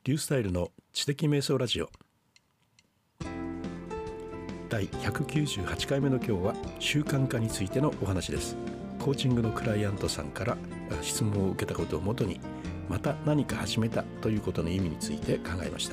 リュースタイルの知的瞑想ラジオ第198回目の今日は習慣化についてのお話です。コーチングのクライアントさんから質問を受けたことをもとに、また何か始めたということの意味について考えました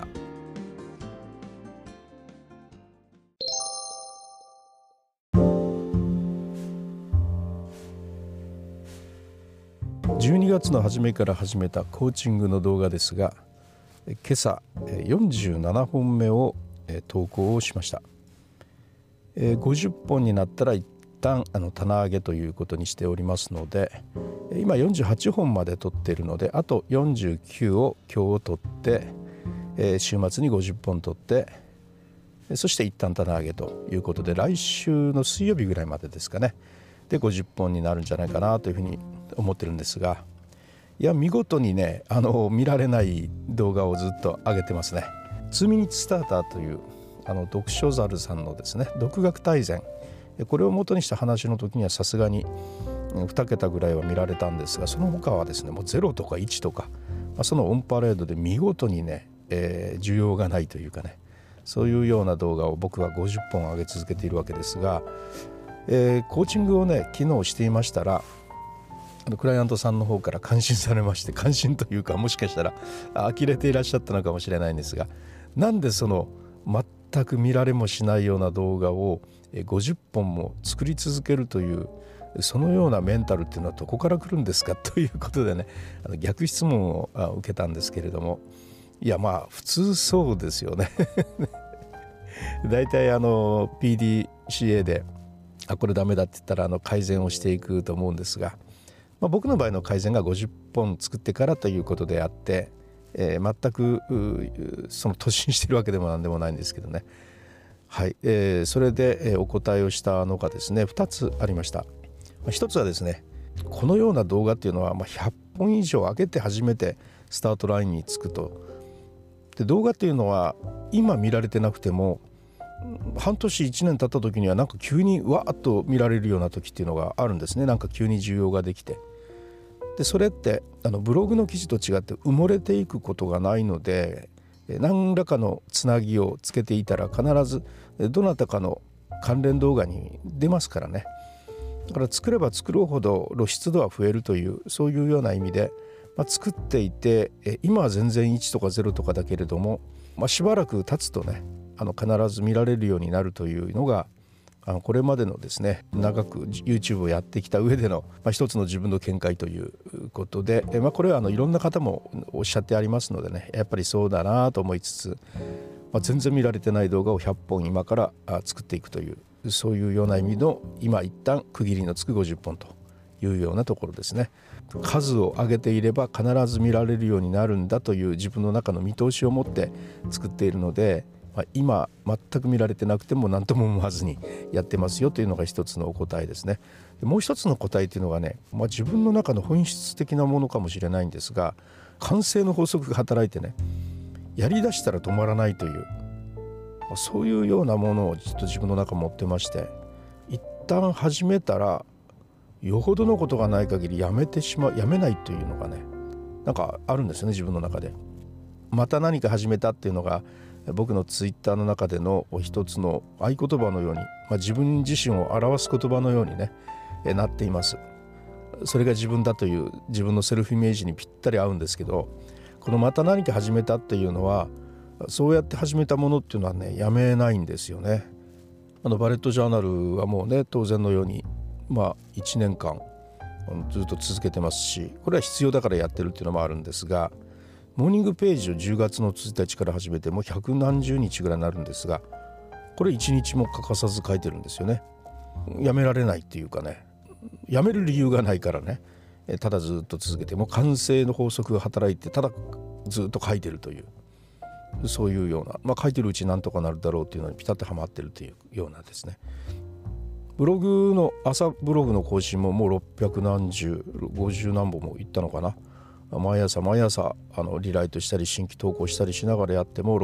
。12月の初めから始めたコーチングの動画ですが、今朝47本目を投稿をしました。50本になったら一旦棚上げということにしておりますので、今48本まで撮っているので、あと49を今日撮って、週末に50本撮って、そして一旦棚上げということで、来週の水曜日ぐらいまでですかね、で50本になるんじゃないかなというふうに思ってるんですが、いや見事にね見られない動画をずっと上げてますね。2ミニッツスターターという読書猿さんのですね独学大全、これを元にした話の時にはさすがに2桁ぐらいは見られたんですが、その他はですねもう0とか1とか、そのオンパレードで見事にね、需要がないというかね、そういうような動画を僕は50本上げ続けているわけですが、コーチングをね昨日していましたら、クライアントさんの方から感心されまして、感心というかもしかしたら呆れていらっしゃったのかもしれないんですが、なんでその全く見られもしないような動画を50本も作り続けるという、そのようなメンタルっていうのはどこから来るんですかということでね、逆質問を受けたんですけれども、いや普通そうですよねだいたいPDCA でこれダメだって言ったら改善をしていくと思うんですが、僕の場合の改善が50本作ってからということであって、全くその突進しているわけでもなんでもないんですけどね。はい、それでお答えをしたのがですね2つありました。一つはですね、このような動画っていうのは100本以上上げて初めてスタートラインにつくと。で動画っていうのは今見られてなくても半年1年経った時にはなんか急にわーっと見られるような時っていうのがあるんですね。なんか急に需要ができて、でそれってブログの記事と違って埋もれていくことがないので、何らかのつなぎをつけていたら必ずどなたかの関連動画に出ますからね。だから作れば作るほど露出度は増えるという、そういうような意味で、作っていて今は全然1とか0とかだけれども、しばらく経つとね必ず見られるようになるというのがこれまでのですね長く YouTube をやってきた上での一つの自分の見解ということで、これはいろんな方もおっしゃってありますのでね、やっぱりそうだなと思いつつ、全然見られてない動画を100本今から作っていくという、そういうような意味の今一旦区切りのつく50本というようなところですね。数を上げていれば必ず見られるようになるんだという自分の中の見通しを持って作っているので、今全く見られてなくても何とも思わずにやってますよというのが一つのお答えですね。でもう一つの答えというのがね、自分の中の本質的なものかもしれないんですが、慣性の法則が働いてね、やりだしたら止まらないという、そういうようなものをちょっと自分の中持ってまして、一旦始めたらよほどのことがない限りやめないというのがね、なんかあるんですよね、自分の中で。また何か始めたっていうのが僕のツイッターの中での一つの合言葉のように、自分自身を表す言葉のようにねなっています。それが自分だという自分のセルフイメージにぴったり合うんですけど、このまた何か始めたっていうのは、そうやって始めたものっていうのはねやめないんですよね。バレットジャーナルはもうね当然のように1年間ずっと続けてますし、これは必要だからやってるっていうのもあるんですが、モーニングページを10月の1日から始めてもう百何十日ぐらいになるんですが、これ1日も欠かさず書いてるんですよね。やめられないっていうかね、やめる理由がないからね、ただずっと続けて、もう慣性の法則が働いてただずっと書いてるという、そういうような、書いてるうちなんとかなるだろうっていうのにピタッとはまってるというようなですね。ブログの朝ブログの更新ももう600何十50何本もいったのかな。毎朝リライトしたり新規投稿したりしながらやっても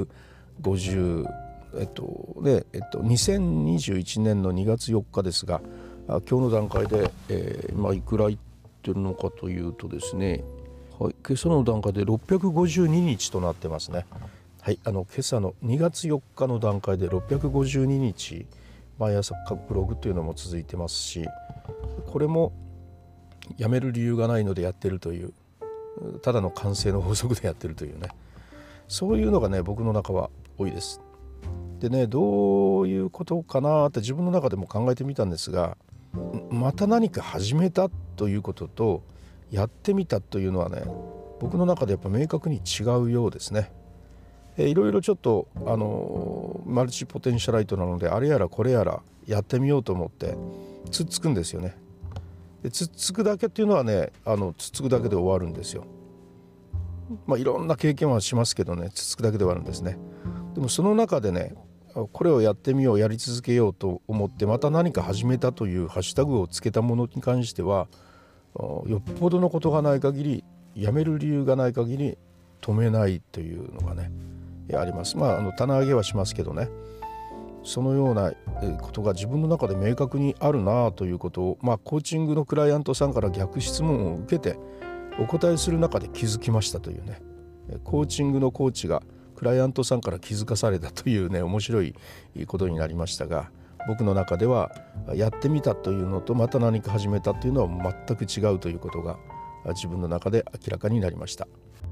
650、2021年の2月4日ですが、今日の段階で、いくらいってるのかというとですね、 はい、今朝の段階で652日となってますね。はい、今朝の2月4日の段階で652日毎朝ブログというのも続いてますし、これもやめる理由がないのでやってるという、ただの慣性の法則でやってるというね、そういうのがね僕の中は多いです。でね、どういうことかなって自分の中でも考えてみたんですが、また何か始めたということとやってみたというのはね、僕の中でやっぱ明確に違うようですね。いろいろちょっとマルチポテンシャライトなので、あれやらこれやらやってみようと思ってつっつくんですよね。でつっつくだけっていうのはね、つっつくだけで終わるんですよ。いろんな経験はしますけどね、つっつくだけで終わるんですね。でもその中でね、これをやってみよう、やり続けようと思ってまた何か始めたというハッシュタグをつけたものに関しては、よっぽどのことがない限り、やめる理由がない限り止めないというのがねあります。棚上げはしますけどね、そのようなことが自分の中で明確にあるなということを、コーチングのクライアントさんから逆質問を受けてお答えする中で気づきましたというね、コーチングのコーチがクライアントさんから気づかされたというね、面白いことになりましたが、僕の中ではやってみたというのとまた何か始めたというのは全く違うということが自分の中で明らかになりました。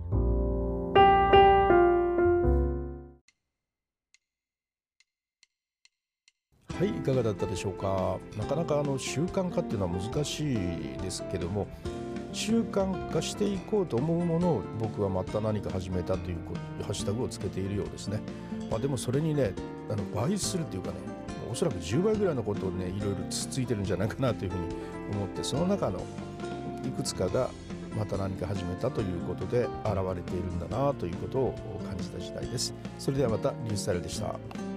はい、いかがだったでしょうか。なかなか習慣化っていうのは難しいですけども、習慣化していこうと思うものを僕はまた何か始めたというハッシュタグをつけているようですね。でもそれにね、倍するっていうかね、おそらく10倍ぐらいのことをねいろいろつついてるんじゃないかなというふうに思って、その中のいくつかがまた何か始めたということで現れているんだなということを感じた次第です。それではまた、リュースタイルでした。